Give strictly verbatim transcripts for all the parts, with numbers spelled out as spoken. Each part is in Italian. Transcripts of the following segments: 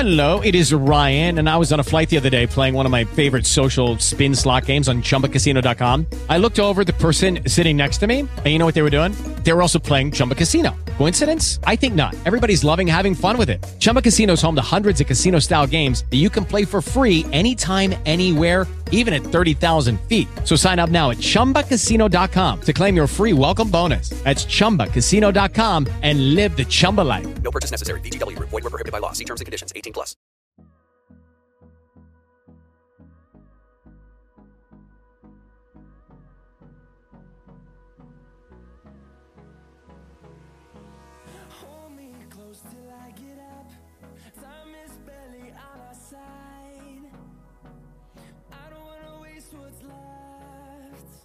Hello, it is Ryan, and I was on a flight the other day playing one of my favorite social spin slot games on chumba casino dot com. I looked over at the person sitting next to me, and you know what they were doing? They were also playing Chumba Casino. Coincidence? I think not. Everybody's loving having fun with it. Chumba Casino is home to hundreds of casino-style games that you can play for free anytime, anywhere, even at thirty thousand feet. So sign up now at chumba casino dot com to claim your free welcome bonus. That's chumba casino dot com and live the Chumba life. No purchase necessary. V G W. Void where prohibited by law. See terms and conditions. eighteen plus. Hold me close till I get up. Time is barely on our side. I don't wanna waste what's left.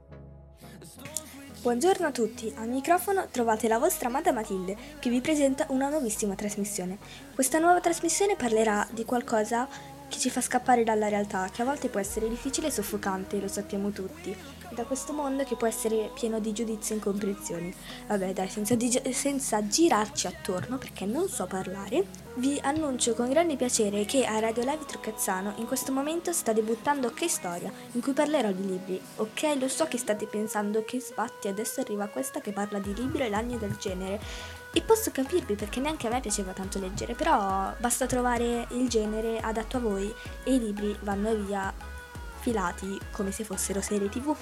The storms we Buongiorno a tutti, al microfono trovate la vostra amata Matilde che vi presenta una nuovissima trasmissione. Questa nuova trasmissione parlerà di qualcosa che ci fa scappare dalla realtà, che a volte può essere difficile e soffocante, lo sappiamo tutti, e da questo mondo che può essere pieno di giudizi e incomprensioni. Vabbè dai, senza, di- senza girarci attorno, perché non so parlare, vi annuncio con grande piacere che a Radio Live Truccazzano in questo momento sta debuttando Che Storia, in cui parlerò di libri. Ok, lo so che state pensando che sbatti, adesso arriva questa che parla di libri e lagni del genere. E posso capirvi perché neanche a me piaceva tanto leggere, però basta trovare il genere adatto a voi e i libri vanno via filati come se fossero serie tv.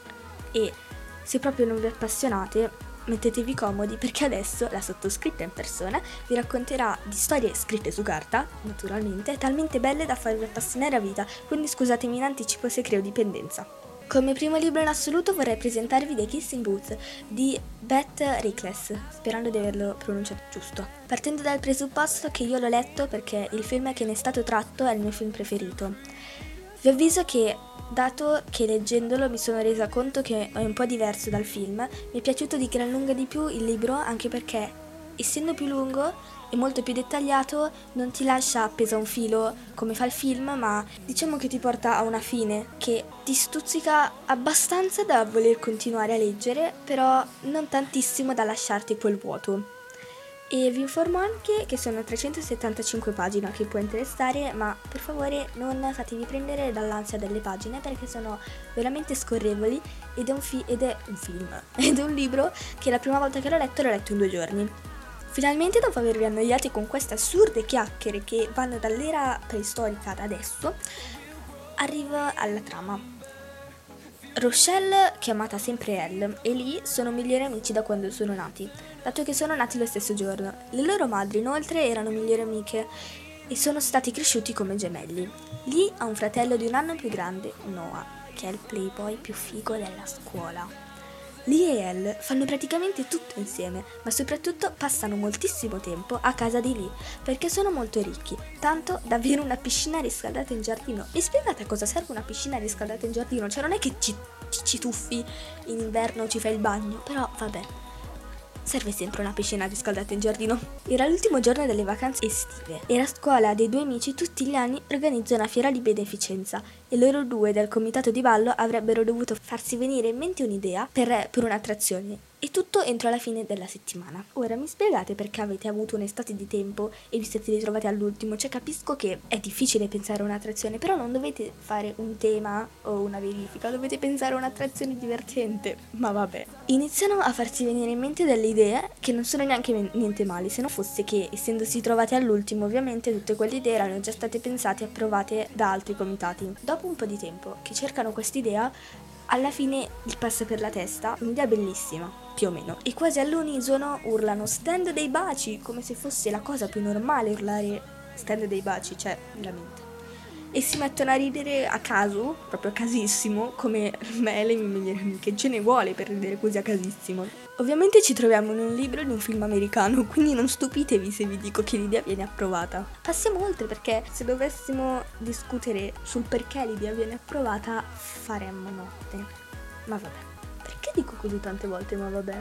E se proprio non vi appassionate, mettetevi comodi perché adesso la sottoscritta in persona vi racconterà di storie scritte su carta, naturalmente, talmente belle da farvi appassionare a vita, quindi scusatemi in anticipo se creo dipendenza. Come primo libro in assoluto vorrei presentarvi The Kissing Booth di Beth Reekles, sperando di averlo pronunciato giusto. Partendo dal presupposto che io l'ho letto perché il film che ne è stato tratto è il mio film preferito. Vi avviso che, dato che leggendolo mi sono resa conto che è un po' diverso dal film, mi è piaciuto di gran lunga di più il libro anche perché, essendo più lungo e molto più dettagliato, non ti lascia appeso a un filo come fa il film, ma diciamo che ti porta a una fine che ti stuzzica abbastanza da voler continuare a leggere, però non tantissimo da lasciarti quel vuoto. E vi informo anche che sono trecentosettantacinque pagine, che può interessare, ma per favore non fatevi prendere dall'ansia delle pagine perché sono veramente scorrevoli ed è un, fi- ed è un film, ed è un libro che la prima volta che l'ho letto l'ho letto in due giorni. Finalmente, dopo avervi annoiati con queste assurde chiacchiere che vanno dall'era preistorica ad adesso, arrivo alla trama. Rochelle, chiamata sempre Elle, e Lee sono migliori amici da quando sono nati, dato che sono nati lo stesso giorno. Le loro madri, inoltre, erano migliori amiche e sono stati cresciuti come gemelli. Lee ha un fratello di un anno più grande, Noah, che è il playboy più figo della scuola. Lee e Elle fanno praticamente tutto insieme, ma soprattutto passano moltissimo tempo a casa di Lee, perché sono molto ricchi, tanto da avere una piscina riscaldata in giardino. Mi spiegate a cosa serve una piscina riscaldata in giardino? Cioè non è che ci, ci, ci tuffi in inverno o ci fai il bagno, però vabbè. Serve sempre una piscina riscaldata in giardino. Era l'ultimo giorno delle vacanze estive e la scuola dei due amici tutti gli anni organizza una fiera di beneficenza e loro due del comitato di ballo avrebbero dovuto farsi venire in mente un'idea per, per un'attrazione. E tutto entro la fine della settimana. Ora mi spiegate perché avete avuto un'estate di tempo e vi siete ritrovati all'ultimo? Cioè capisco che è difficile pensare a un'attrazione, però non dovete fare un tema o una verifica, dovete pensare a un'attrazione divertente. Ma vabbè. Iniziano a farsi venire in mente delle idee che non sono neanche men- niente male, se non fosse che, essendosi trovati all'ultimo, ovviamente tutte quelle idee erano già state pensate e approvate da altri comitati. Dopo un po' di tempo che cercano quest'idea, alla fine gli passa per la testa un'idea bellissima, più o meno, e quasi all'unisono urlano "stand dei baci", come se fosse la cosa più normale urlare "stand dei baci", cioè veramente. E si mettono a ridere a caso, proprio a casissimo, come me e le mie migliori amiche, ce ne vuole per ridere così a casissimo. Ovviamente ci troviamo in un libro di un film americano, quindi non stupitevi se vi dico che l'idea viene approvata. Passiamo oltre perché se dovessimo discutere sul perché l'idea viene approvata faremmo notte. Ma vabbè, perché dico così tante volte ma vabbè?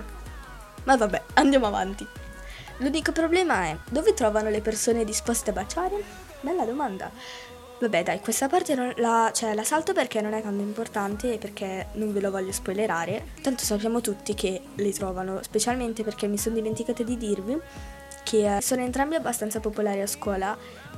Ma vabbè, andiamo avanti. L'unico problema è, dove trovano le persone disposte a baciare? Bella domanda. Vabbè dai, questa parte non la, cioè, la salto perché non è tanto importante e perché non ve lo voglio spoilerare. Tanto sappiamo tutti che le trovano, specialmente perché mi sono dimenticata di dirvi che sono entrambi abbastanza popolari a scuola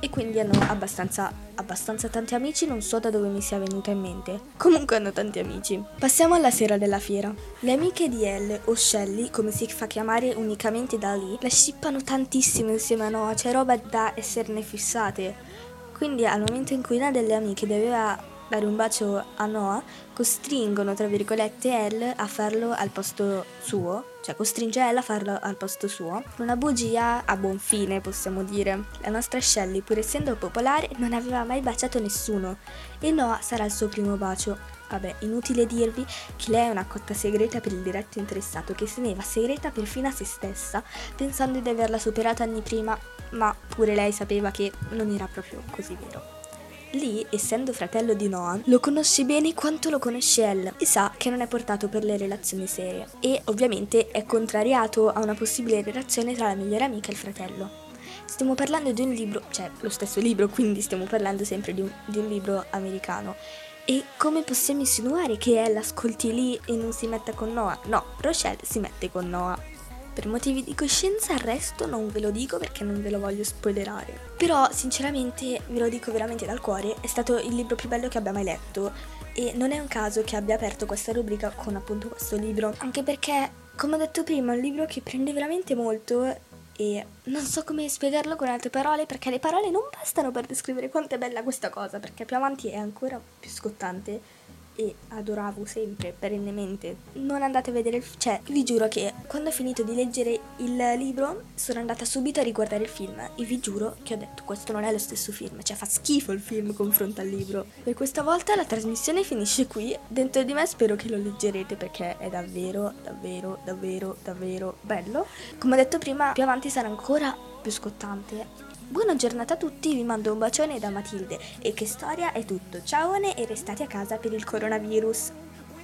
e quindi hanno abbastanza, abbastanza tanti amici, non so da dove mi sia venuta in mente. Comunque hanno tanti amici. Passiamo alla sera della fiera. Le amiche di Elle, o Shelly, come si fa chiamare unicamente da lì, la shippano tantissimo insieme a Noah, c'è roba da esserne fissate. Quindi al momento in cui una delle amiche doveva dare un bacio a Noah, costringono, tra virgolette, Elle a farlo al posto suo, cioè costringe Elle a farlo al posto suo. Una bugia a buon fine, possiamo dire. La nostra Shelly, pur essendo popolare, non aveva mai baciato nessuno e Noah sarà il suo primo bacio. Vabbè, inutile dirvi che lei è una cotta segreta per il diretto interessato, che teneva segreta perfino a se stessa, pensando di averla superata anni prima, ma pure lei sapeva che non era proprio così vero. Lee, essendo fratello di Noah, lo conosce bene quanto lo conosce Elle e sa che non è portato per le relazioni serie e ovviamente è contrariato a una possibile relazione tra la migliore amica e il fratello. Stiamo parlando di un libro, cioè lo stesso libro, quindi stiamo parlando sempre di un, di un libro americano. E come possiamo insinuare che Elle ascolti Lee e non si metta con Noah? No, Rochelle si mette con Noah. Per motivi di coscienza il resto non ve lo dico perché non ve lo voglio spoilerare. Però sinceramente, ve lo dico veramente dal cuore, è stato il libro più bello che abbia mai letto e non è un caso che abbia aperto questa rubrica con appunto questo libro, anche perché, come ho detto prima, è un libro che prende veramente molto e non so come spiegarlo con altre parole, perché le parole non bastano per descrivere quanto è bella questa cosa, perché più avanti è ancora più scottante e adoravo sempre, perennemente. Non andate a vedere il film, cioè vi giuro che quando ho finito di leggere il libro sono andata subito a riguardare il film e vi giuro che ho detto questo non è lo stesso film, cioè fa schifo il film confronto al libro. Per questa volta la trasmissione finisce qui, dentro di me spero che lo leggerete perché è davvero davvero davvero davvero bello. Come ho detto prima, più avanti sarà ancora più scottante. Buona giornata a tutti, vi mando un bacione da Matilde e che storia è tutto. Ciaone e restate a casa per il coronavirus.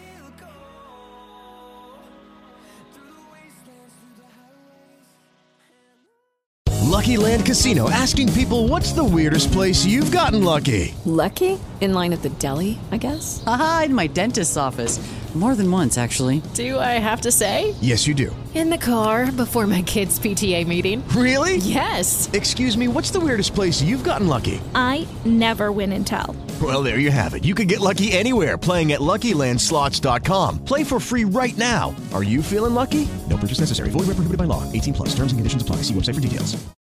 Lucky Land Casino, asking people, what's the weirdest place you've gotten lucky? Lucky? In line at the deli, I guess? Aha, in my dentist's office. More than once, actually. Do I have to say? Yes, you do. In the car before my kids' P T A meeting. Really? Yes. Excuse me, what's the weirdest place you've gotten lucky? I never win and tell. Well, there you have it. You can get lucky anywhere, playing at Lucky Land Slots dot com. Play for free right now. Are you feeling lucky? No purchase necessary. Void where prohibited by law. eighteen plus. Terms and conditions apply. See website for details.